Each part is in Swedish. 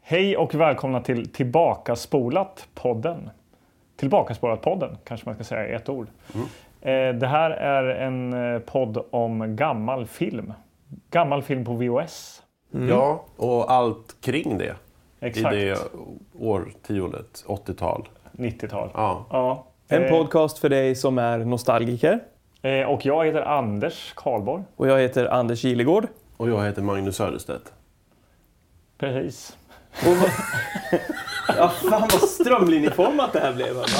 Hej och välkomna till Tillbakaspolat-podden. Tillbakaspolat-podden kanske man ska säga i ett ord. Det här är en podd om gammal film. Gammal film på VHS. Ja, och allt kring det. Exakt. I det årtiondet, 80-tal. 90-tal. Ja. En podcast för dig som är nostalgiker. Och jag heter Anders Karlborg. Och jag heter Anders Gilegård. Och jag heter Magnus Söderstedt. Precis. Ja, fan vad strömlinjeformat det här blev. Va?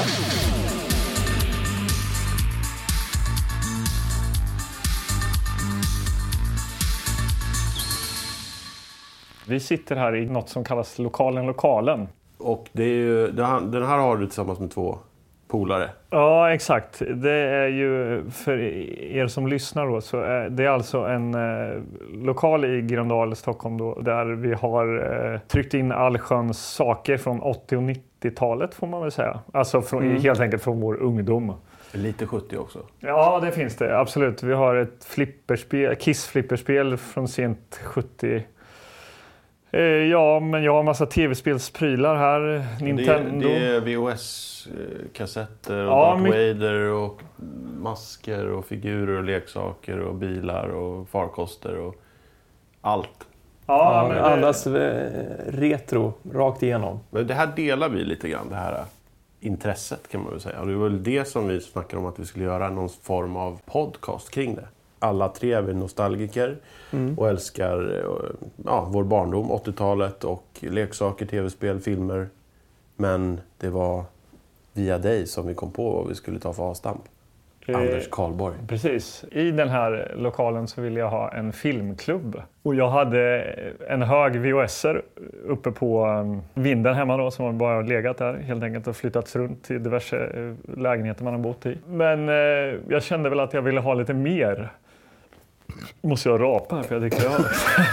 Vi sitter här i något som kallas Lokalen. Och det är ju, den här har du tillsammans med två polare. Ja, exakt. Det är ju för er som lyssnar då, så är det alltså en lokal i Gröndal, Stockholm då, där vi har tryckt in allsköns saker från 80- och 90-talet får man väl säga. Alltså helt enkelt från vår ungdom. Lite 70 också. Ja, det finns det. Absolut. Vi har ett Kiss-flipperspel från sent 70. Ja, men jag har en massa tv-spelsprylar här. Nintendo. Det är VHS-kassetter och Darth Vader och masker och figurer och leksaker och bilar och farkoster och allt. Ja, men andas retro rakt igenom. Men det här delar vi lite grann, det här intresset kan man väl säga. Och det var väl det som vi snackade om att vi skulle göra någon form av podcast kring det. Alla tre är vi nostalgiker och älskar vår barndom, 80-talet och leksaker, tv-spel, filmer. Men det var via dig som vi kom på vad vi skulle ta för avstamp. Anders Karlborg. Precis. I den här lokalen så ville jag ha en filmklubb. Och jag hade en hög VHS-er uppe på vinden hemma då, som har bara legat där helt enkelt och flyttats runt till diverse lägenheter man har bott i. Men jag kände väl att jag ville ha lite mer. Måste jag rapa här för jag tycker jag...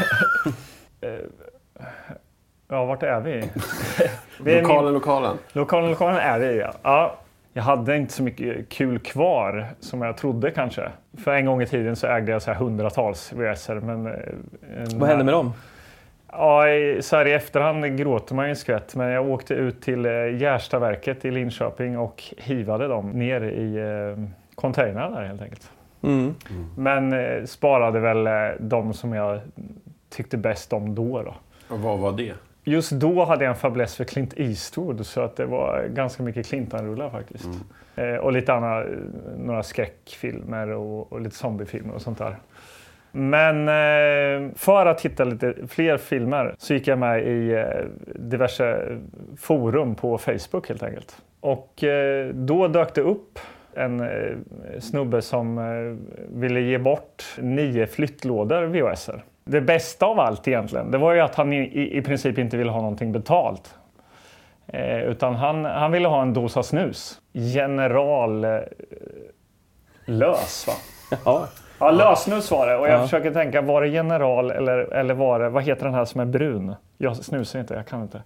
Ja, vart är vi? Lokalen. Lokalen är vi, ja. Ja. Jag hade inte så mycket kul kvar som jag trodde kanske. För en gång i tiden så ägde jag så här hundratals VHS-er. Vad hände med dem? Ja, så här i efterhand gråter man ju en skvätt. Men jag åkte ut till Gärstaverket i Linköping och hivade dem ner i containrarna där helt enkelt. Men sparade väl de som jag tyckte bäst om då. Och vad var det? Just då hade jag en fäbless för Clint Eastwood, så att det var ganska mycket Clinton-rullar faktiskt. Och lite andra, några skräckfilmer och lite zombiefilmer och sånt där. Men för att hitta lite fler filmer så gick jag med i diverse forum på Facebook helt enkelt. Och då dök det upp en snubbe som ville ge bort 9 flyttlådor VHS-er. Det bästa av allt egentligen, det var ju att han i princip inte ville ha någonting betalt. Utan han ville ha en dosa snus. General lös, va? Ja, lösnus var det. Och jag försöker tänka, var det general eller var det, vad heter den här som är brun? Jag snusar inte, jag kan inte.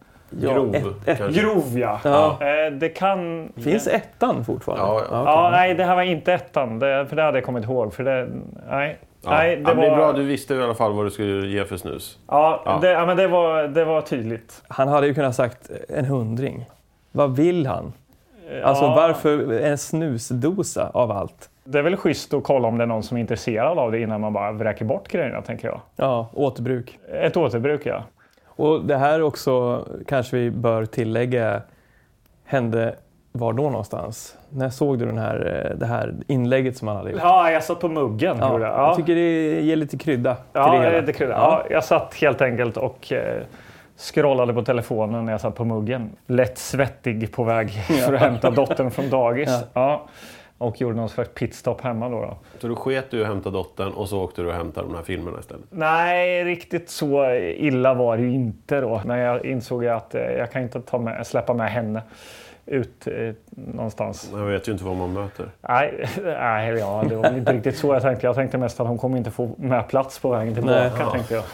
Grov, ja. Det kan... Finns ettan fortfarande? Ja, nej, det här var inte ettan. För det hade jag kommit ihåg. För det, nej. Ja. Nej, det var bra, du visste i alla fall vad du skulle ge för snus. Men det var tydligt. Han hade ju kunnat sagt en 100. Vad vill han? Alltså varför en snusdosa av allt? Det är väl schysst att kolla om det är någon som är intresserad av det innan man bara vräker bort grejerna, tänker jag. Ja, återbruk. Ett återbruk, ja. Och det här också kanske vi bör tillägga hände var då någonstans? När såg du det här inlägget som han hade gjort? Ja, jag satt på muggen. Jag tycker det ger lite krydda till det hela. Ja, lite krydda. Ja, jag satt helt enkelt och scrollade på telefonen när jag satt på muggen. Lätt svettig på väg för att hämta dottern från dagis. Ja. Och gjorde någon slags pitstop hemma då. Så du sket du och hämtade dottern och så åkte du och hämtade de här filmerna istället? Nej, riktigt så illa var det ju inte då. Men jag insåg att jag kan inte släppa med henne ut någonstans. Jag vet ju inte vad man möter. Nej, det var inte riktigt så jag tänkte. Jag tänkte mest att hon kommer inte få med plats på vägen tillbaka, tänkte jag.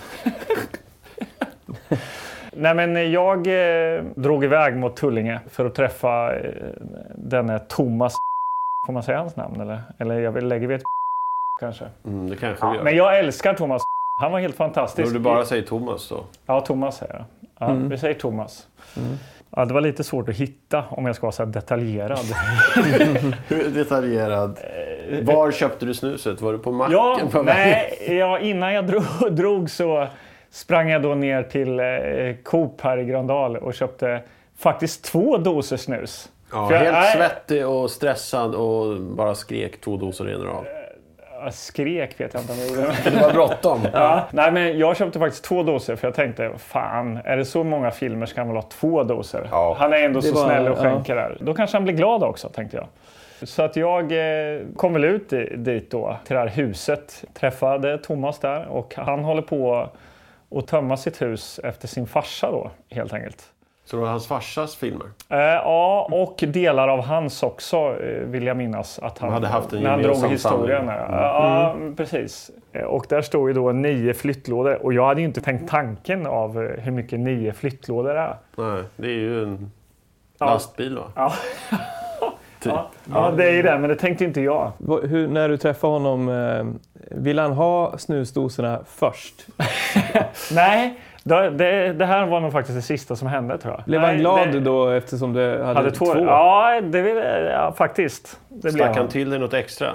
Nej, men jag drog iväg mot Tullinge för att träffa denne Thomas. Får man säga hans namn eller lägger vi ett kanske? Det kanske vi gör. Men jag älskar Thomas. Han var helt fantastisk. Då du bara säger Thomas då? Ja, Thomas säger jag. Vi säger Thomas. Ja, det var lite svårt att hitta om jag ska vara så här detaljerad. Hur detaljerad? Var köpte du snuset? Var du på macken? Innan jag drog så sprang jag då ner till Coop här i Gröndal och köpte faktiskt 2 doser snus. Ja, helt svettig och stressad och bara skrek 2 doser i en rad. Skrek vet jag inte om jag gjorde. Det var bråttom. Nej, men jag köpte faktiskt 2 doser för jag tänkte, fan, är det så många filmer ska han väl ha 2 doser? Ja. Han är ändå så snäll och skänker där. Då kanske han blir glad också, tänkte jag. Så att jag kom väl ut dit då, till det här huset. Träffade Thomas där och han håller på att tömma sitt hus efter sin farsa då, helt enkelt. Så det var hans farsas filmer? Ja, och delar av hans också vill jag minnas att han hade haft en när han drog historien. Ja, precis. Och där stod ju då 9 flyttlådor och jag hade ju inte tänkt tanken av hur mycket 9 flyttlådor är. Nej, det är ju en lastbil va? Ja. Ja, det är ju det, men det tänkte inte jag. När du träffade honom, vill han ha snusdoserna först? Nej. Det här var nog faktiskt det sista som hände, tror jag. Blev han glad då eftersom du hade 2? Ja, faktiskt. Stack han till dig något extra?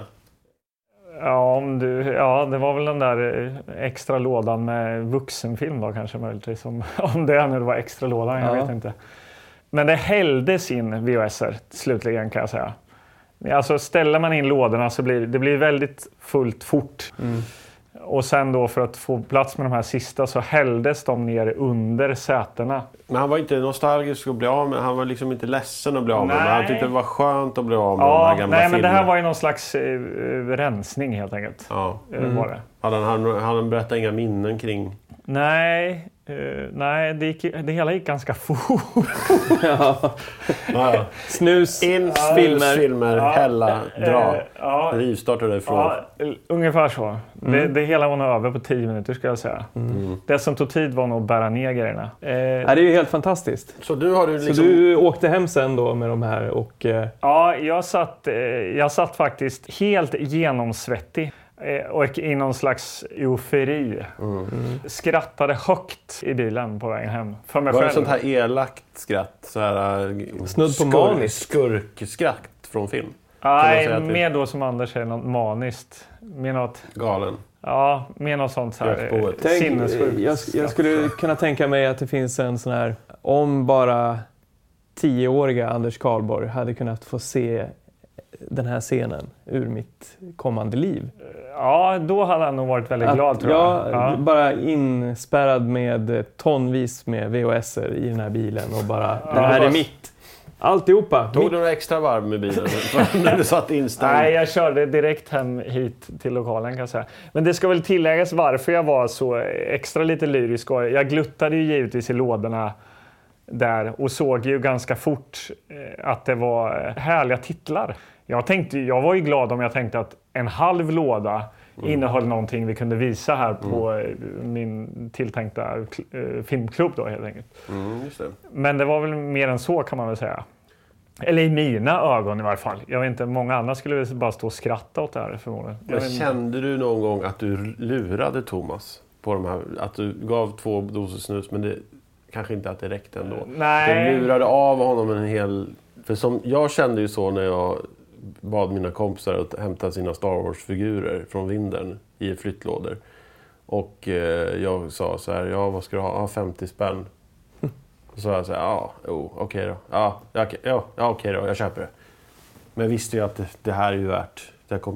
Ja, det var väl den där extra lådan med vuxenfilm då kanske möjligtvis. Om det nu var extra lådan, jag vet inte. Men det hällde sin VHSer slutligen kan jag säga. Alltså ställer man in lådorna så blir det väldigt fullt fort. Och sen då för att få plats med de här sista så hälldes de ner under sätena. Men han var inte nostalgisk att bli av med. Han var liksom inte ledsen att bli av med. Men han tyckte det var skönt att bli av med de här gamla filmerna. Men det här var ju någon slags rensning helt enkelt. Ja. Var det. Hade han berättat inga minnen kring? Nej, det hela gick ganska fort. Snus, filmer, hälla, dra. Rivstarta därifrån. Ja, ungefär så. Det hela var nog över på 10 minuter ska jag säga. Det som tog tid var nog att bära ner grejerna. Det är ju helt fantastiskt. Så du åkte hem sen då med de här och... Ja, jag satt faktiskt helt genomsvettig. Och i någon slags eufori. Skrattade högt i bilen på vägen hem. För mig var själv. Det sånt här elakt skratt? Så här, snudd på maniskt. Skurkskratt från film? Nej, mer då som Anders säger, något maniskt. Mer något... Galen. Ja, mer något sånt så här sinnessjukt. Jag skulle kunna tänka mig att det finns en sån här... Om bara 10-åriga Anders Karlborg hade kunnat få se den här scenen ur mitt kommande liv. Ja, då hade han nog varit väldigt glad tror jag. Ja, bara inspärrad med tonvis med VHSer i den här bilen och bara, det här är mitt. Alltihopa. Tog du några extra varv med bilen när du satt inställd? Nej, jag körde direkt hem hit till lokalen kan jag säga. Men det ska väl tilläggas varför jag var så extra lite lyrisk. Jag gluttade ju givetvis i lådorna där och såg ju ganska fort att det var härliga titlar. Jag var ju glad om jag tänkte att en halv låda innehöll någonting vi kunde visa här på min tilltänkta filmklubb då helt enkelt. Just det. Men det var väl mer än så kan man väl säga. Eller i mina ögon i varje fall. Jag vet inte, många andra skulle väl bara stå och skratta åt det här förmodligen. Men kände du någon gång att du lurade Thomas på de här, att du gav 2 doser snus men det kanske inte att det räckte ändå? Nej. Du lurade av honom en hel... För som jag kände ju så när jag bad mina kompisar att hämta sina Star Wars-figurer från vinden i flyttlådor. Och jag sa så här, vad ska du ha? 50 spänn. Och så sa jag så här, okej då. Okej då, jag köper det. Men jag visste ju att det här är ju värt,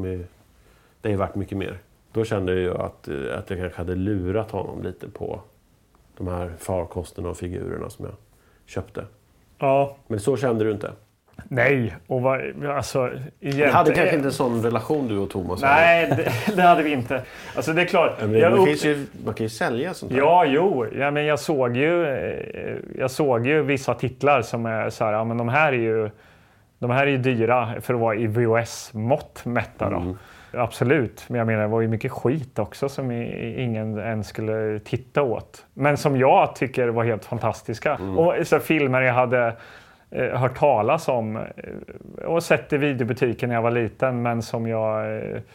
det är värt mycket mer. Då kände jag ju att jag kanske hade lurat honom lite på de här farkosterna och figurerna som jag köpte. Ja. Men så kände du inte? Nej, och alltså... Vi hade kanske inte en sån relation du och Thomas? Nej, det hade vi inte. Alltså det är klart... Man kan ju sälja sånt här. Ja, men jag såg ju vissa titlar som är så här, ja men de här är ju dyra för att vara i VHS-mått mätta då. Absolut, men jag menar det var ju mycket skit också som ingen ens skulle titta åt. Men som jag tycker var helt fantastiska. Och så filmer jag hade hört talas om och sett i videobutiken när jag var liten men som jag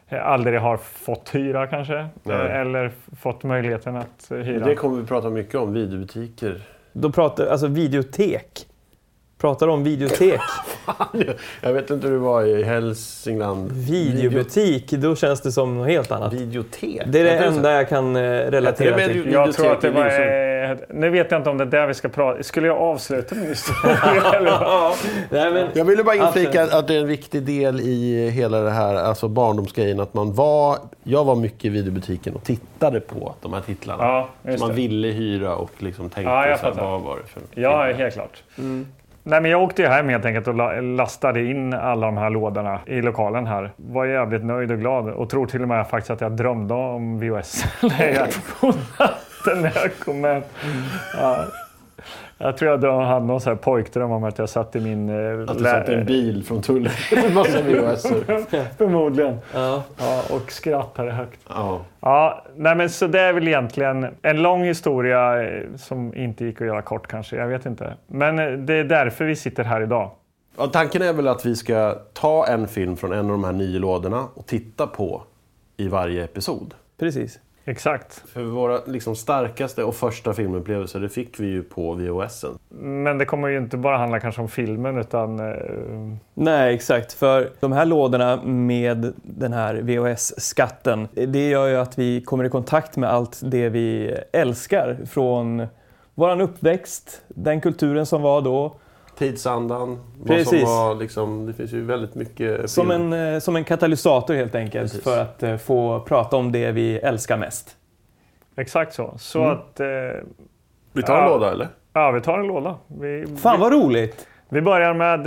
aldrig har fått hyra kanske. Eller fått möjligheten att hyra. Det kommer vi prata mycket om, videobutiker. Då pratar alltså videotek. Pratar om videotek. Jag vet inte hur det var i Hälsingland. Videobutik, då känns det som något helt annat. Videotek. Det är det enda jag kan relatera till. Jag tror att det var... Nu vet jag inte om det är där vi ska prata. Skulle jag avsluta min historia? Jag ville bara inflika att det är en viktig del i hela det här, alltså barndomsgrejen, att jag var mycket i videobutiken och tittade på de här titlarna. Ja, så man ville hyra och liksom tänkte så här, vad var det för ja, helt klart. Nej, men jag åkte ju hem helt enkelt och lastade in alla de här lådorna i lokalen här. Var jävligt nöjd och glad och tror till och med faktiskt att jag drömde om VHS. När jag kom hem. Ja. Jag tror jag hade någon så här pojkdröm om att jag satt i min... Att du satt i en bil från tullen. En massa VHS-er. Förmodligen. Ja. Ja, och skrattade högt. Ja. Ja, nej, men så det är väl egentligen en lång historia som inte gick att göra kort kanske. Jag vet inte. Men det är därför vi sitter här idag. Ja, tanken är väl att vi ska ta en film från en av de här 9 lådorna och titta på i varje episod. Precis. Exakt. För våra liksom starkaste och första filmupplevelser, det fick vi ju på VHSen. Men det kommer ju inte bara handla kanske om filmen utan... Nej, exakt. För de här lådorna med den här VHS-skatten, det gör ju att vi kommer i kontakt med allt det vi älskar från våran uppväxt, den kulturen som var då. Tidsandan, Precis. Vad som var liksom, det finns ju väldigt mycket som en katalysator helt enkelt. Precis. För att få prata om det vi älskar mest. Exakt så. Så att... vi tar en låda eller? Ja, vi tar en låda. Fan vad roligt! Vi börjar med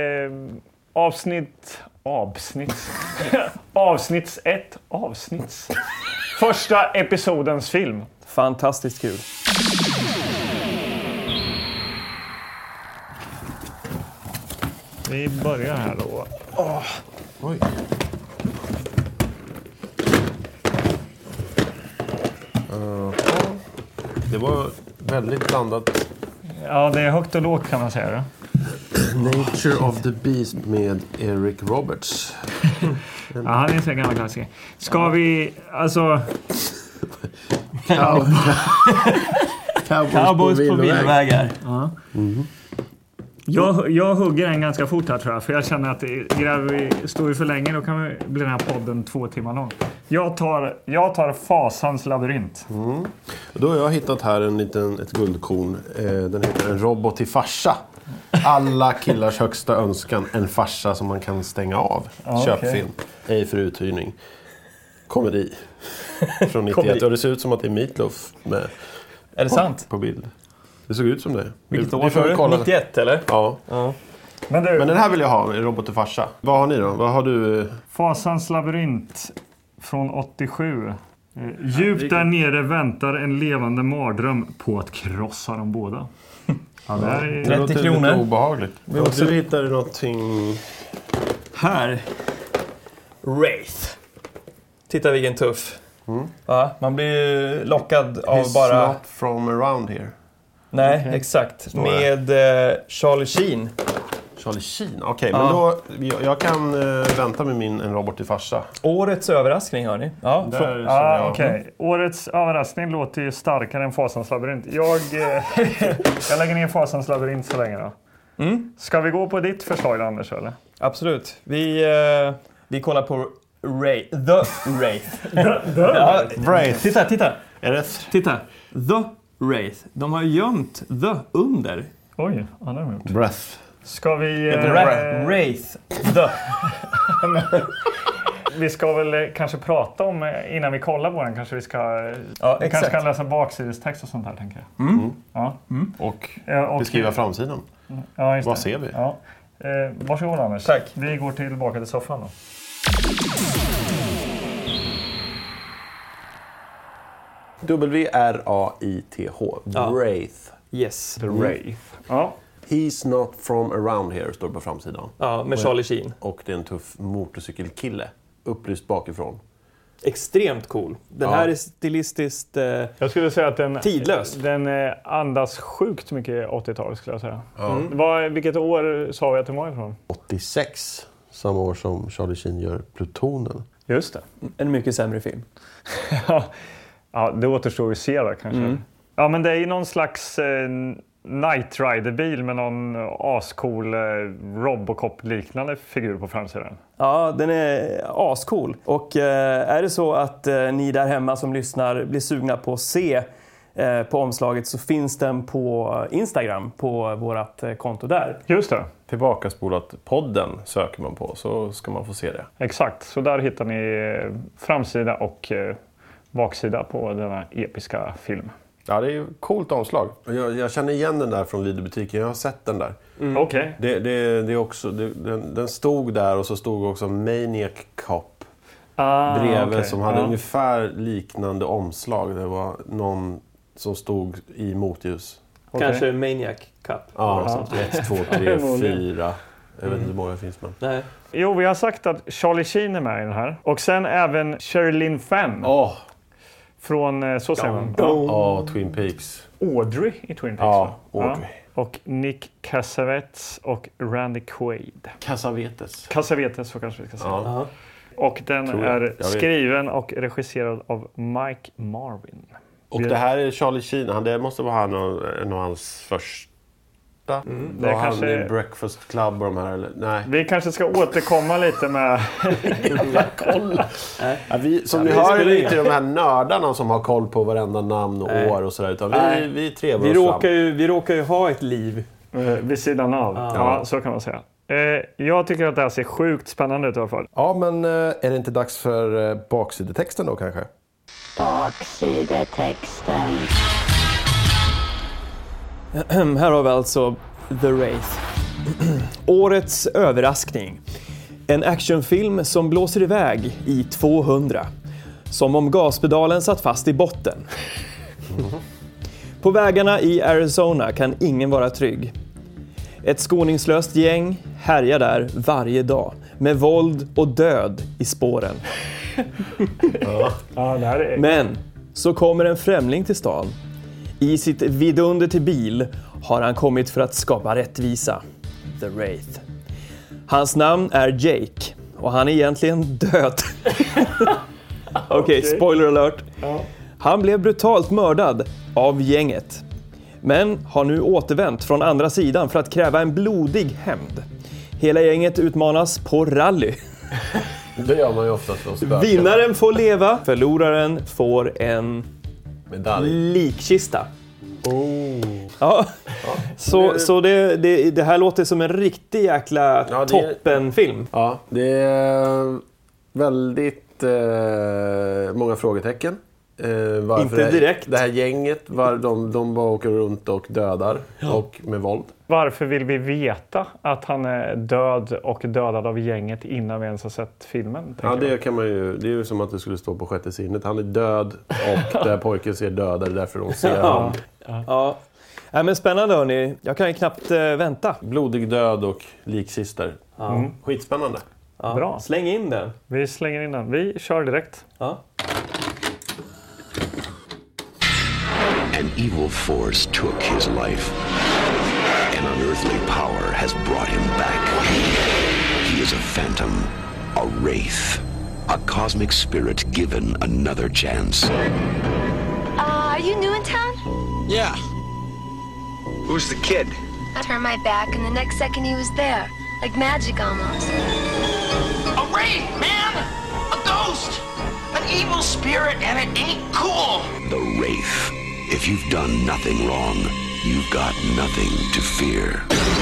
avsnitt 1. Första episodens film. Fantastiskt kul. Vi börjar här då. Oj. Det var väldigt blandat. Ja, det är högt och lågt kan man säga det. Nature of the Beast med Eric Roberts. Ja, han är en sån gammal klassiker. Ska vi, alltså... Cowboys på villovägar. Ja. Jag hugger en ganska fort här tror jag. För jag känner att vi står ju för länge. Då kan vi bli den här podden 2 timmar lång. Jag tar Fasans labyrint. Då har jag hittat här ett guldkorn. Den heter En robot till farsa. Alla killars högsta önskan. En farsa som man kan stänga av. Köpfilm. Ej för uthyrning. Komedi. Från 91. Och det ser ut som att det är Meatloaf med. Är det sant? På bild. Det såg ut som det. Vilket år var det? 91 eller? Ja. Men den här vill jag ha, en robot till farsa. Vad har ni då? Vad har du? Fasans labyrint från 87. Djupt där nere väntar en levande mardröm på att krossa dem båda. Ja, det är 30 det kronor. Lite obehagligt. Och så hittar du någonting... Här. Wraith. Titta vilken tuff. Ja, man blir lockad av He's bara... not from around here. Nej, exakt. Med Charlie Sheen. Charlie Sheen? Okej, men då... Jag kan vänta med en robot till farsa. Årets överraskning, hörni. Ja, okej. Årets överraskning låter ju starkare än Fasans labyrint. Jag lägger ner Fasans labyrint så länge då. Ska vi gå på ditt förslag, Anders, eller? Absolut. Vi kollar på The Wraith. Wraith. Titta. Är det? Titta. The Wraith. De har gömt The under. Oj, ja, det har de gjort. Breath. Ska vi... Wraith. The. Vi ska väl kanske prata om, innan vi kollar på den, kanske vi ska... Ja, kanske kan läsa baksidestext och sånt här, tänker jag. Ja. Och beskriva framsidan. Ja, just Vad det. ser vi? Ja. Varsågod, Anders. Tack. Vi går tillbaka till soffan då. W-R-A-I-T-H. Wraith. Yes. The Wraith. Ja. He's not from around here, står det på framsidan. Ja, med Charlie Sheen. Och det är en tuff motorcykelkille. Upplyst bakifrån. Extremt cool. Den här är stilistiskt jag skulle säga att den tidlös. Den andas sjukt mycket 80-tal, skulle jag säga. Vilket år sa vi att den var ifrån? 86. Samma år som Charlie Sheen gör Plutonen. Just det. En mycket sämre film. Ja, det återstår att se där kanske. Ja, men det är ju någon slags Knight Rider-bil med någon ascool Robocop-liknande figur på framsidan. Ja, den är ascool. Och är det så att ni där hemma som lyssnar blir sugna på att se på omslaget, så finns den på Instagram, på vårat konto där. Just det. Tillbakaspolat-podden söker man på, så ska man få se det. Exakt, så där hittar ni framsida och baksida på denna episka film. Ja, det är ju coolt omslag. Jag känner igen den där från videobutiken. Jag har sett den där. Okej. Det är också, den stod där, och så stod också Maniac Cop bredvid som hade ungefär liknande omslag. Det var någon som stod i motljus. Kanske Maniac Cup. Ja, 1, 2, 3, 4. Jag vet inte hur många det finns, men... Nej. Jo, vi har sagt att Charlie Sheen är med i den här. Och sen även Sherilyn Fenn. Från, så säger man. Twin Peaks. Audrey i Twin Peaks. Ja, Audrey. Och Nick Cassavetes och Randy Quaid. Cassavetes, så kanske vi ska säga. Ja. Och den är skriven och regisserad av Mike Marvin. Och det här är Charlie Sheen. Det måste vara en av hans första. Det var kanske... han i Breakfast Club och de här, eller? Nej. Vi kanske ska återkomma lite med... Ni hör är inte de här nördarna som har koll på varenda namn och år och sådär. Utan vi trevar oss fram. Vi råkar ju ha ett liv. Vid sidan av. Ja, så kan man säga. Jag tycker att det här ser sjukt spännande ut i alla fall. Ja, men är det inte dags för baksidetexten då kanske? Baksidetexten. Här har vi alltså The Wraith. Årets överraskning. En actionfilm som blåser iväg i 200. Som om gaspedalen satt fast i botten. På vägarna i Arizona kan ingen vara trygg. Ett skoningslöst gäng härjar där varje dag. Med våld och död i spåren. Men så kommer en främling till stan. I sitt vidunder till bil har han kommit för att skapa rättvisa. The Wraith. Hans namn är Jake och han är egentligen död. Okej, spoiler alert. Han blev brutalt mördad av gänget. Men har nu återvänt från andra sidan för att kräva en blodig hämnd. Hela gänget utmanas på rally. Det gör man ju oftast för spöken. Vinnaren får leva, förloraren får en medalj. Likkista. Ja. Så det här låter som en riktig jäkla toppenfilm. Ja, det är väldigt många frågetecken. Inte direkt. Det här gänget, de bara åker runt och dödar och med våld. Varför vill vi veta att han är död och dödad av gänget innan vi ens har sett filmen? Ja, det kan man ju. Det är ju som att det skulle stå på sjätte sinnet. Han är död och där pojken ser död, är därför de ser honom. Ja. Ja, men spännande hörni. Jag kan ju knappt vänta. Blodig död och likkistor. Skitspännande. Ja. Bra. Släng in den. Vi slänger in den. Vi kör direkt. Ja. An evil force took his life. An unearthly power has brought him back. He is a phantom, a wraith, a cosmic spirit given another chance. Are you new in town? Yeah. Who's the kid? I turned my back and the next second he was there. Like magic almost. A wraith, man! A ghost! An evil spirit, and it ain't cool! The wraith. If you've done nothing wrong, you've got nothing to fear.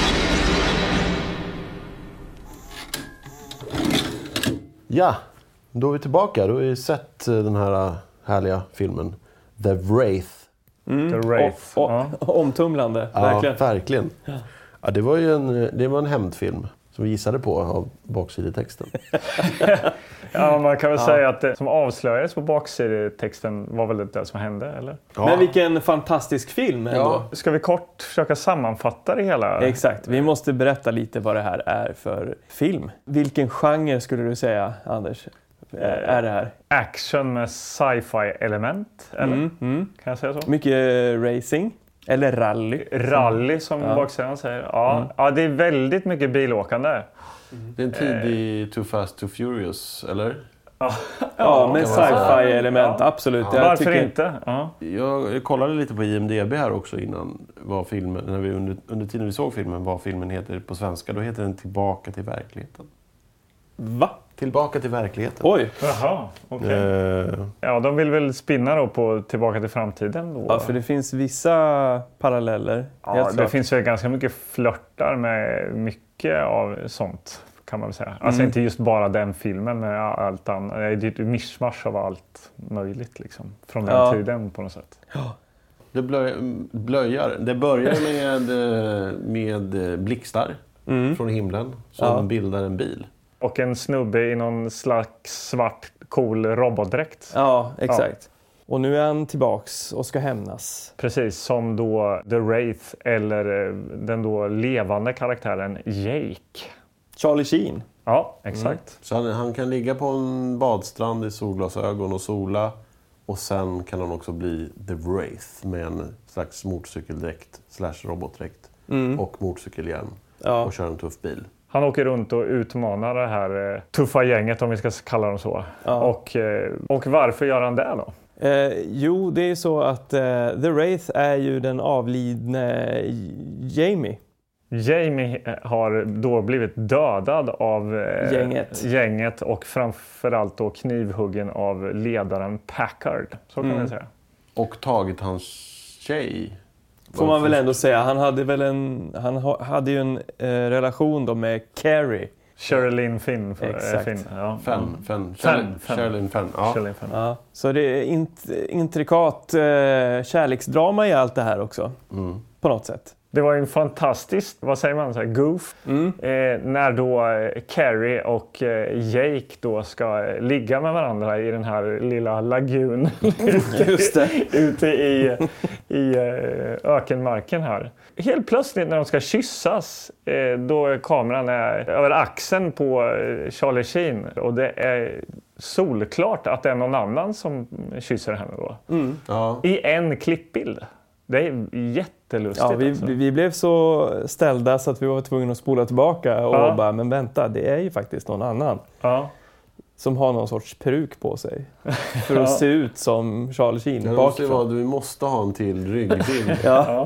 Ja, då är vi tillbaka. Då har vi sett den här härliga filmen The Wraith. The Wraith. Omtumlande, verkligen. Ja, verkligen. Ja, det var en hämndfilm som vi gissade på av baksidetexten. Ja, man kan väl säga att det som avslöjades på baksidetexten var väl det som hände, eller? Ja. Men vilken fantastisk film ändå. Ja. Ska vi kort försöka sammanfatta det hela? Exakt, vi måste berätta lite vad det här är för film. Vilken genre skulle du säga, Anders? Är det här? Action med sci-fi element, eller? Kan jag säga så? Mycket racing. Eller rally. Rally som baksidan säger. Ja, det är väldigt mycket bilåkande. Det är en tidig Too Fast, Too Furious, eller? Ja, med sci-fi-element, absolut. Varför inte? Ja. Jag kollade lite på IMDb här också innan vad filmen, när vi under tiden vi såg filmen, vad filmen heter på svenska. Då heter den Tillbaka till verkligheten. Va? Tillbaka till verkligheten. Oj! Jaha, okej. Ja, de vill väl spinna då på Tillbaka till framtiden då? Ja, för det finns vissa paralleller. Ja, det finns väl ganska mycket flörtar med mycket av sånt, kan man väl säga. Alltså inte just bara den filmen, men allt annat. Det är ett mischmasch av allt möjligt liksom. Från den tiden på något sätt. Ja. Det blöjar. Det börjar med blixtar från himlen som bildar en bil. Och en snubbe i någon slags svart cool robotdräkt. Ja, exakt. Och nu är han tillbaks och ska hämnas. Precis, som då The Wraith eller den då levande karaktären Jake. Charlie Sheen. Ja, exakt. Så han kan ligga på en badstrand i solglasögon och sola. Och sen kan han också bli The Wraith med en slags motorcykeldräkt / robotdräkt. Och motorcykelhjälm. Och kör en tuff bil. Han åker runt och utmanar det här tuffa gänget, om vi ska kalla dem så. Ja. Och varför gör han det då? Jo, det är så att The Wraith är ju den avlidne Jamie. Jamie har då blivit dödad av gänget och framförallt då knivhuggen av ledaren Packard. Så kan man säga. Och tagit hans tjej. Får man väl ändå säga. Han hade ju en relation då med Carrie. Sherilyn Fenn. Exakt. Sherilyn Fenn. Ja. Så det är intrikat kärleksdrama i allt det här också. På något sätt. Det var en fantastisk, vad säger man, så här, goof. När då Carrie och Jake då ska ligga med varandra i den här lilla lagun. Just det. Ute i ökenmarken här. Helt plötsligt när de ska kyssas, då kameran är över axeln på Charlie Sheen. Och det är solklart att det är någon annan som kysser henne då. I en klippbild. Det är jättelustigt. Ja, vi blev så ställda så att vi var tvungna att spola tillbaka och bara, men vänta, det är ju faktiskt någon annan. Som har någon sorts peruk på sig. För att se ut som Charlie Sheen bakifrån. Du måste ha en till ryggbild.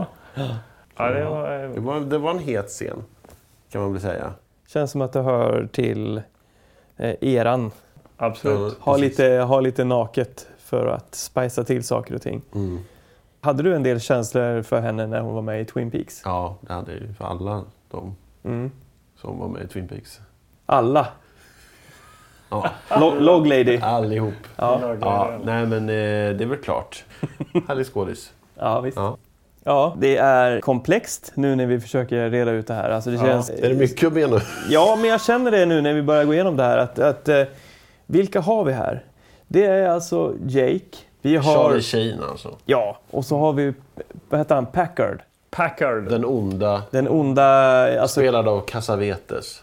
Det var en het scen, kan man väl säga. Känns som att det hör till eran. Absolut. Ha lite naket för att spicea till saker och ting. Hade du en del känslor för henne när hon var med i Twin Peaks? Ja, det hade jag ju för alla de som var med i Twin Peaks. Alla? Ja. Log Lady? Allihop. Nej, men det är väl klart. Härlig skådis. Ja, visst. Ja, det är komplext nu när vi försöker reda ut det här. Alltså det känns... Är det mycket att mena? Ja, men jag känner det nu när vi börjar gå igenom det här. Att vilka har vi här? Det är alltså Jake. Vi har Charlie Sheen alltså. Ja, och så har vi, vad heter han? Packard. Den onda alltså, spelad av Cassavetes.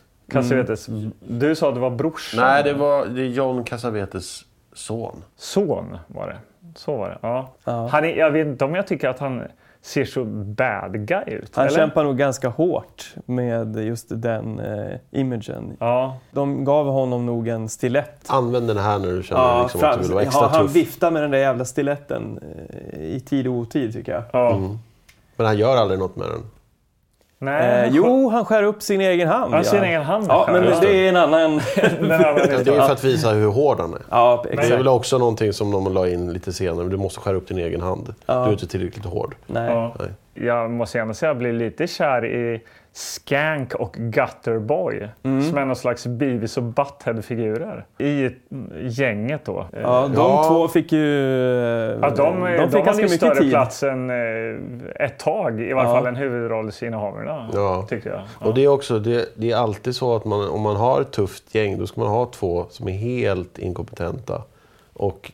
Du sa att det var brorsan. Nej, det är John Cassavetes son. Son var det. Så var det, ja. Jag vet inte om jag tycker att han ser så bad guy ut. Han kämpar nog ganska hårt med just den imagen. Ja. De gav honom nog en stilett. Använd den här när du känner liksom att du vill vara extra tuff. Han viftar med den där jävla stiletten i tid och otid, tycker jag. Ja. Men han gör aldrig något med den. Nej. Jo, han skär upp sin egen hand. Sin egen hand. Ja, men det är en annan... Det är för att visa hur hård han är. Ja, exakt. Det är väl också någonting som de la in lite senare. Du måste skära upp din egen hand. Du är inte tillräckligt hård. Nej. Jag måste gärna säga att jag blir lite kär i Skank och Gutterboy. Som är någon slags Beavis och Butthead-figurer. I gänget då. Ja, de två fick ju... De fick ganska mycket större tid. plats än ett tag. I varje fall en huvudrollsinnehavarna, tyckte jag. Och det är också, det är alltid så att om man har ett tufft gäng, då ska man ha två som är helt inkompetenta. Och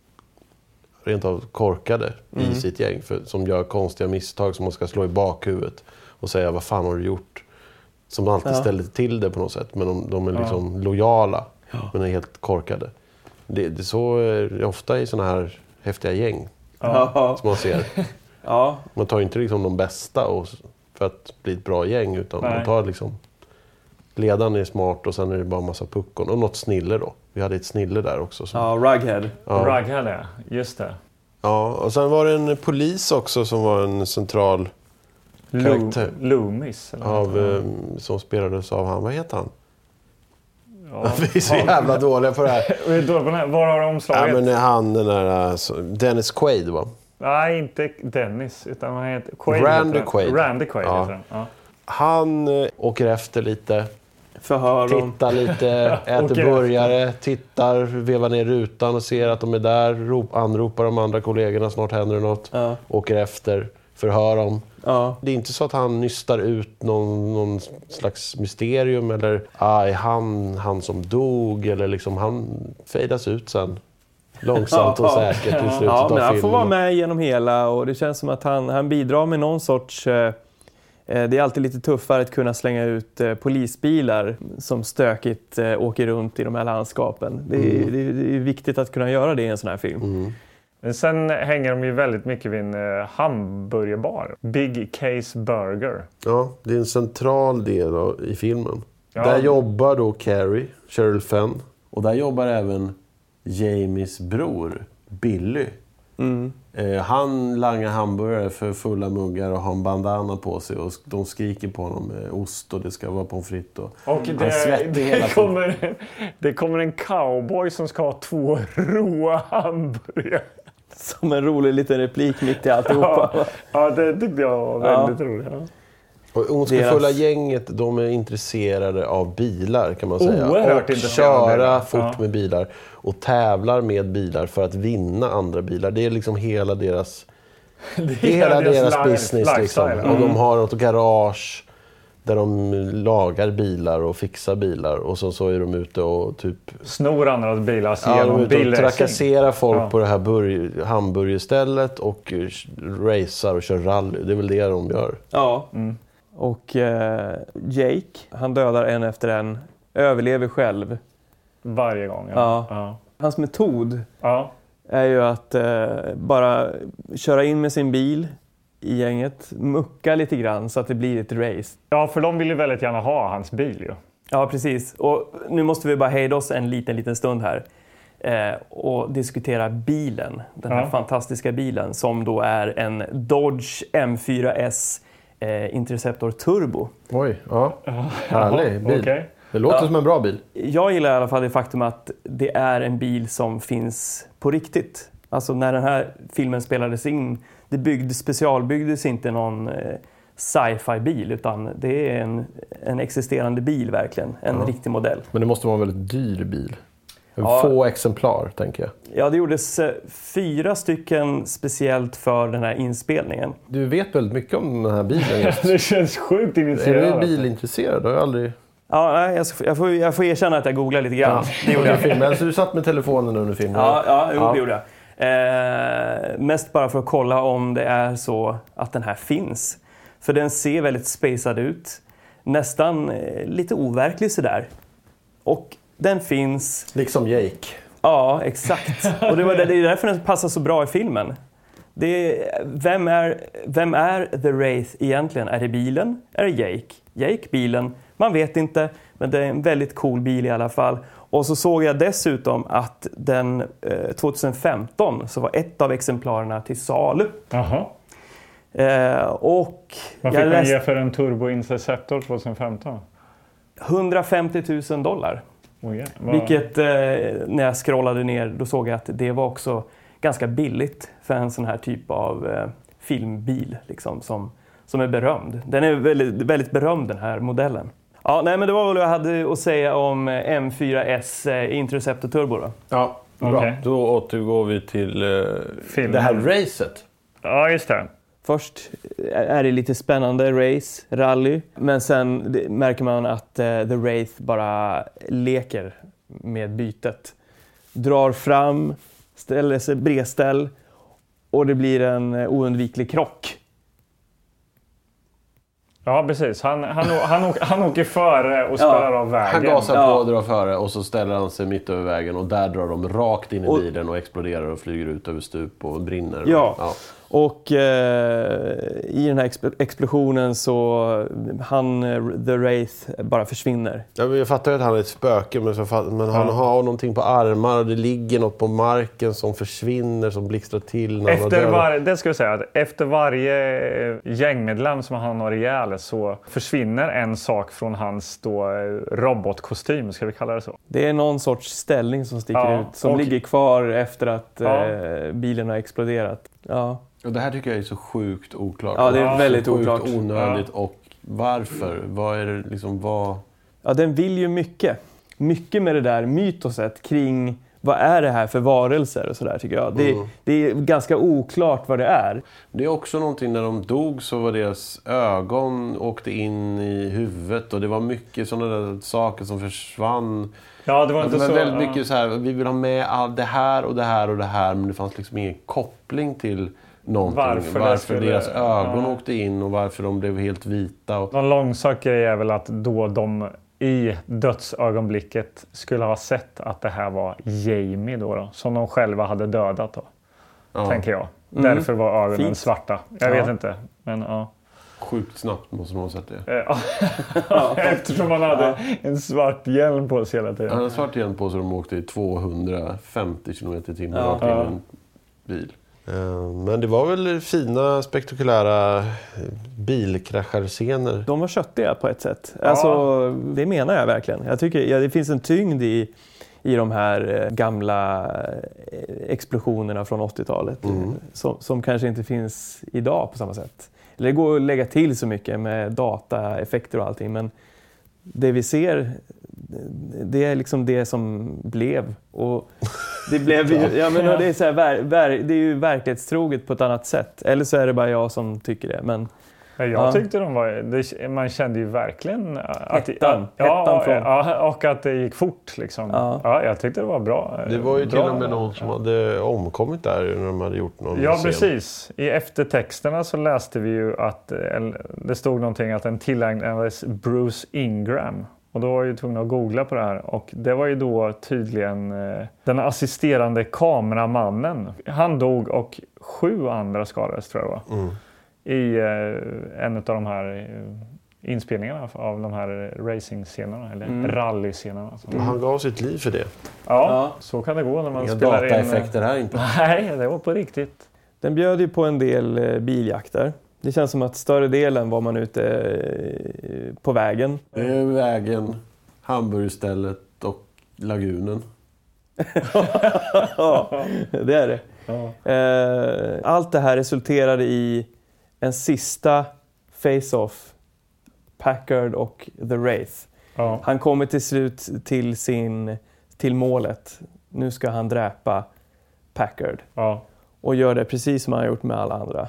rent av korkade i sitt gäng. Som gör konstiga misstag som man ska slå i bakhuvudet. Och säga, vad fan har du gjort? Som alltid ställer till det på något sätt. Men de är liksom lojala. Men är helt korkade. Det är så ofta i såna här häftiga gäng. Som man ser. Man tar inte liksom de bästa för att bli ett bra gäng. Utan man tar liksom Ledaren är smart och sen är det bara en massa puckon. Och något snille då. Vi hade ett snille där också. Ja, Rughead. Ja. Rughead, ja. Just det. Ja, och sen var det en polis också som var en central karaktär. Loomis. Som spelades av han. Vad heter han? Ja. Vi är så jävla dåliga på det här. Var har du omslaget? Ja, men han den där... Dennis Quaid, va? Nej, inte Dennis. Utan han heter Quaid. Randy Quaid. Randy Quaid ja. heter han. Ja. Han åker efter lite. Tittar lite, äter burgare, tittar, vevar ner rutan och ser att de är där. Anropar de andra kollegorna, snart händer det något. Ja. Åker efter, förhör dem. Ja. Det är inte så att han nystar ut någon slags mysterium eller han som dog eller liksom han fejdas ut sen. Långsamt och säkert i slutet av filmen. Han får vara med genom hela och det känns som att han bidrar med någon sorts... Det är alltid lite tuffare att kunna slänga ut polisbilar som stökigt åker runt i de här landskapen. Det är viktigt att kunna göra det i en sån här film. Men sen hänger de ju väldigt mycket vid en hamburgerbar. Big Case Burger. Ja, det är en central del i filmen. Ja. Där jobbar då Carrie, Cheryl Fenn. Och där jobbar även Jamies bror, Billy. Han langar hamburgare för fulla muggar och har en bandana på sig och de skriker på honom med ost och det ska vara pommes frites och det kommer en cowboy som ska ha 2 råa hamburgare. Som en rolig liten replik mitt i alltihopa. Ja, det tyckte jag var väldigt roligt. Ja. Och ondskefulla gänget, de är intresserade av bilar kan man säga. Oerhört och köra fort med bilar och tävlar med bilar för att vinna andra bilar. Det är liksom hela deras deras business liksom. Och de har något garage där de lagar bilar och fixar bilar och så är de ute och typ snor andra bilar genom bilar. Trakasserar folk på det här hamburgerstället och racear och kör rally. Det är väl det de gör. Ja. Och Jake, han dödar en efter en, överlever själv. Varje gång. Ja. Hans metod är ju att bara köra in med sin bil i gänget, mucka lite grann så att det blir ett race. Ja, för de vill ju väldigt gärna ha hans bil ju. Ja, precis. Och nu måste vi bara hejda oss en liten stund här och diskutera bilen. Den här fantastiska bilen som då är en Dodge M4S Interceptor Turbo. Oj, härlig bil. Okay. Det låter som en bra bil. Jag gillar i alla fall det faktum att det är en bil som finns på riktigt. Alltså när den här filmen spelades in, det specialbyggdes inte någon sci-fi-bil utan det är en existerande bil verkligen, en riktig modell. Men det måste vara en väldigt dyr bil. Få exemplar, tänker jag. Ja, det gjordes 4 stycken speciellt för den här inspelningen. Du vet väldigt mycket om den här bilen. Just. Det känns sjukt initierad. Är du bilintresserad? Jag har aldrig... Ja, nej, jag får erkänna att jag googlar lite grann. Det gjorde jag. Men så du satt med telefonen under filmen? Det gjorde jag. Mest bara för att kolla om det är så att den här finns. För den ser väldigt spacad ut. Nästan lite overklig sådär. Och den finns... Liksom Jake. Ja, exakt. Och det är därför den passar så bra i filmen. Vem är The Wraith egentligen? Är det bilen? Är det Jake? Jake, bilen? Man vet inte, men det är en väldigt cool bil i alla fall. Och så såg jag dessutom att den 2015 så var ett av exemplarerna till salu. Jaha. Och vad fick man ge för en Turbo Interceptor 2015? $150,000. Vilket när jag scrollade ner då såg jag att det var också ganska billigt för en sån här typ av filmbil liksom, som är berömd. Den är väldigt, väldigt berömd den här modellen. Ja, nej, men det var väl vad jag hade att säga om M4S Interceptor Turbo då. Ja, bra. Okay. Då återgår vi till det här racet. Ja, just det. Först är det lite spännande race, rally. Men sen märker man att The Wraith bara leker med bytet. Drar fram, ställer sig bredställ och det blir en oundviklig krock. Ja, precis. Han åker före och spelar av vägen. Han gasar på och drar före och så ställer han sig mitt över vägen och där drar de rakt in i bilen och exploderar och flyger ut över stup och brinner. Ja. Och i den här explosionen så The Wraith bara försvinner. Ja, jag fattar ju att han är ett spöke, men han har någonting på armar och det ligger något på marken som försvinner, som blixtrar till. Det ska jag säga, att efter varje gängmedlem som han har ihjäl så försvinner en sak från hans robotkostym, ska vi kalla det så. Det är någon sorts ställning som sticker ut, som ligger kvar efter att bilen har exploderat. Ja. Och det här tycker jag är så sjukt oklart. Ja, det är väldigt oklart. Onödigt. Och varför? Vad är det liksom, vad... Ja, den vill ju mycket. Mycket med det där mytoset kring vad är det här för varelser och sådär, tycker jag. Det är ganska oklart vad det är. Det är också någonting, när de dog så var deras ögon åkte in i huvudet och det var mycket sådana där saker som försvann. Ja, det var inte så. Väldigt mycket så här, vi vill ha med allt det här och det här och det här, men det fanns liksom ingen koppling till någonting. Varför deras ögon åkte in och varför de blev helt vita. Någon långsak grej är väl att då de i dödsögonblicket skulle ha sett att det här var Jamie då som de själva hade dödat då. Tänker jag. Därför var ögonen svarta. Jag vet inte, men ja. Sjukt snabbt måste de ha sett det. Eftersom man hade en svart hjälm på sig hela tiden. Han hade en svart hjälm på sig och de åkte i 250 km/h rakt in i en bil. Men det var väl fina, spektakulära bilkrascharscener. De var köttiga på ett sätt. Alltså, det menar jag verkligen. Jag tycker det finns en tyngd i de här gamla explosionerna från 80-talet. Som kanske inte finns idag på samma sätt. Eller det går att lägga till så mycket med dataeffekter och allting. Men det vi ser, det är liksom det som blev. Och det blev ju, det är så här, det är ju verklighetstroget på ett annat sätt. Eller så är det bara jag som tycker det. Men jag tyckte man kände ju verkligen att ettan och att det gick fort liksom. Ja, jag tyckte det var bra. Det var ju till och med någon som hade omkommit där när de hade gjort någon scen. Precis. I eftertexterna så läste vi ju att det stod någonting att den tillägnades Bruce Ingram. Och då var jag ju tvungen att googla på det här. Och det var ju då tydligen den assisterande kameramannen. Han dog och 7 andra skadades, tror jag det var. I en av de här inspelningarna av de här racing-scenerna eller rally-scenerna. Han gav sitt liv för det. Ja, så kan det gå när man spelar in. Dataeffekter här inte. Nej, det var på riktigt. Den bjöd ju på en del biljakter. Det känns som att större delen var man ute på vägen. Det är vägen, hamburgerstället och lagunen. Ja, det är det. Allt det här resulterade i en sista face-off. Packard och The Wraith. Han kommer till slut till målet. Nu ska han dräpa Packard. Och gör det precis som han har gjort med alla andra.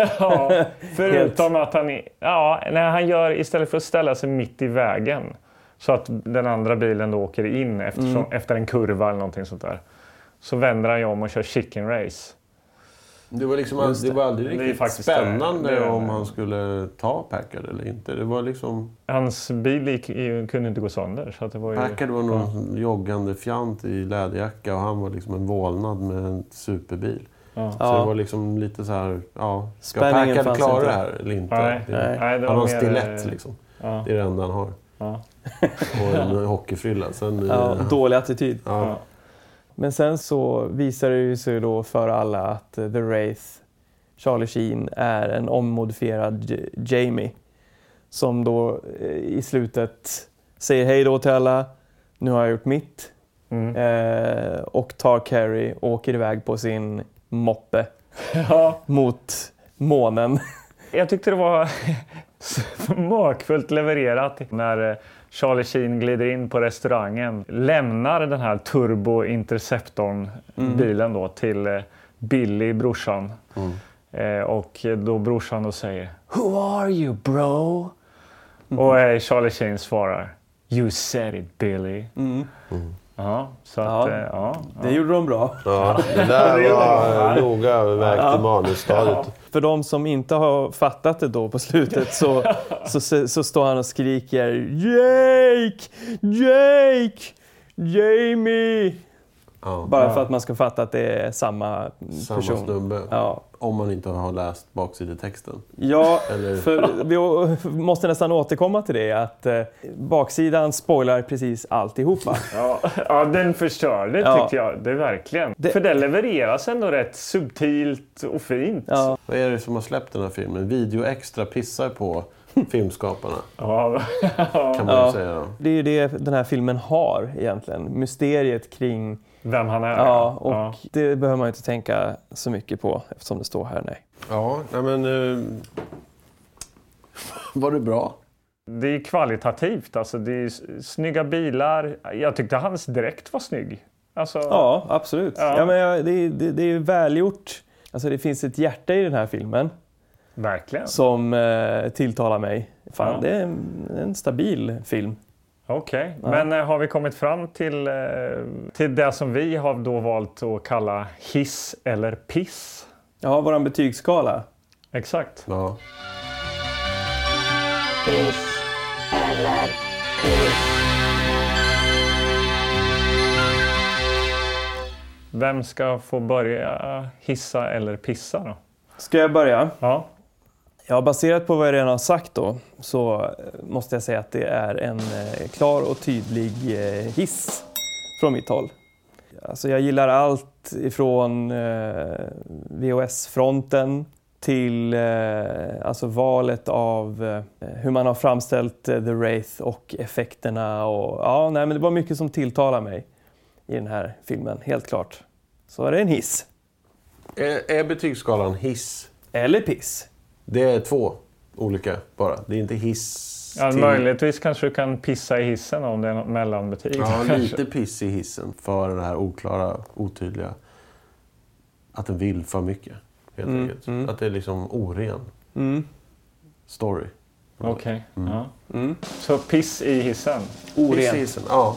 Förutom att han gör, istället för att ställa sig mitt i vägen så att den andra bilen då åker in efter en kurva eller någonting sånt där. Så vänder han ju om och kör chicken race. Det var liksom det var aldrig riktigt spännande om han skulle ta Packard eller inte. Det var liksom... Hans bil kunde inte gå sönder. Så att det var ju... Packard var någon joggande fjant i läderjacka och han var liksom en vålnad med en superbil. Så det var liksom lite så här, ska Packard klara det här eller inte? Nej, han har en stilett liksom. Det är det enda han har. Och en hockeyfrilla. Dålig attityd. Men sen så visar det ju sig då för alla att The Wraith, Charlie Sheen, är en ommodifierad Jamie. Som då i slutet säger hej då till alla. Nu har jag gjort mitt. Och tar Carrie och åker iväg på sin moppe mot månen. Jag tyckte det var smakfullt levererat när Charlie Sheen glider in på restaurangen, lämnar den här Turbo Interceptorn-bilen då till Billy, brorsan. Och då brorsan då säger "Who are you, bro?" Och Charlie Sheen svarar "You said it, Billy." Ja, så att, det gjorde de bra. Ja, det där var noga övervägt i manusstadiet. För de som inte har fattat det då på slutet så står han och skriker Jake! Jamie! Ja. Bara för att man ska fatta att det är samma person. Samma snubbe. Ja. Om man inte har läst baksidetexten. Ja, Eller... för vi måste nästan återkomma till det. Att baksidan spoilar precis alltihopa. Ja, den förstörde tycker jag. Det är verkligen. För det levereras ändå rätt subtilt och fint. Ja. Vad är det som har släppt den här filmen? Video Extra pissar på filmskaparna. Ja. Kan man ju säga då. Det är ju det den här filmen har egentligen. Mysteriet kring Vem han är. Ja, och det behöver man ju inte tänka så mycket på eftersom det står här, nej. Ja, men... var det bra? Det är kvalitativt, alltså det är snygga bilar. Jag tyckte hans dräkt var snygg. Alltså, ja, absolut. Ja. Men det är välgjort. Alltså det finns ett hjärta i den här filmen. Verkligen. Som tilltalar mig. Fan, det är en stabil film. Okej, men har vi kommit fram till det som vi har då valt att kalla hiss eller piss? Ja, våran betygsskala. Exakt. Ja. Hiss eller piss. Vem ska få börja hissa eller pissa då? Ska jag börja? Ja. Ja, baserat på vad jag redan har sagt då så måste jag säga att det är en klar och tydlig hiss från mitt håll. Alltså jag gillar allt ifrån VHS-fronten till alltså valet av hur man har framställt The Wraith och effekterna. Och, men det var mycket som tilltalar mig i den här filmen, helt klart. Så är det en hiss. Är betygsskalan hiss? Eller piss? Det är 2 olika bara. Det är inte hiss Ja, till... möjligtvis kanske du kan pissa i hissen om det är något mellanbetyg. Ja, lite piss i hissen för det här oklara, otydliga. Att den vill för mycket, helt enkelt. Att det är liksom oren story. Okej. Ja. Så piss i hissen? Piss i hissen, ja.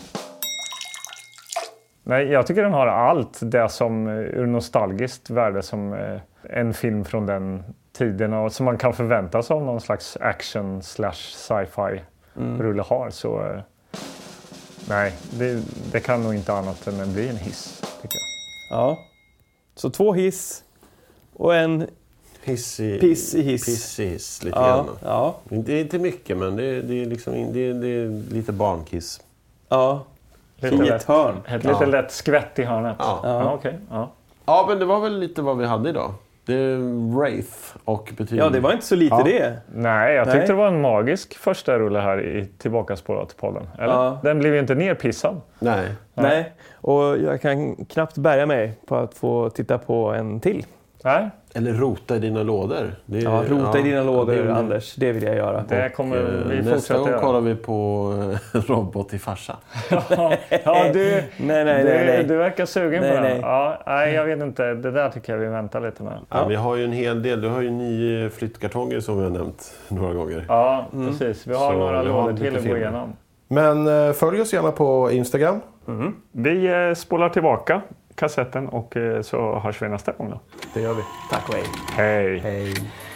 Nej, jag tycker den har allt det som ur nostalgiskt värde som en film från den tiden och som man kan förvänta sig av någon slags action / sci-fi rulle har. Så nej, det kan nog inte annat än bli en hiss, tycker jag. Ja, så 2 hiss och en piss i hiss. Piss i hiss, lite grann. Ja. Det är inte mycket, men det är liksom, det är lite barnkiss. Ja. Inget hörn. Ett lite lätt skvätt i hörnet. Ja. Okej. Ja, men det var väl lite vad vi hade idag. Det är Wraith och betyg. Ja, det var inte så lite det. Nej, jag tyckte det var en magisk första rulle här i Tillbakaspårat-podden. Eller? Ja. Den blev ju inte nerpissad. Nej. Och jag kan knappt bärga mig på att få titta på en till. Nej. Eller rota i dina lådor. Rota i dina lådor, Anders. Det vill jag göra. Det kommer vi nästa fortsätta gång göra. kollar vi på Robot i farsa. Du verkar sugen på den. Nej. Ja, nej, jag vet inte. Det där tycker jag vi väntar lite med. Ja, vi har ju en hel del. Du har ju 9 flyttkartonger som vi har nämnt några gånger. Ja, precis. Vi har Så några vi har lådor lite till att gå filmer. igenom. Men följ oss gärna på Instagram. Vi spolar tillbaka kassetten och så hörs vi nästa gång då. Det gör vi. Tack och hej. Hej! Hej.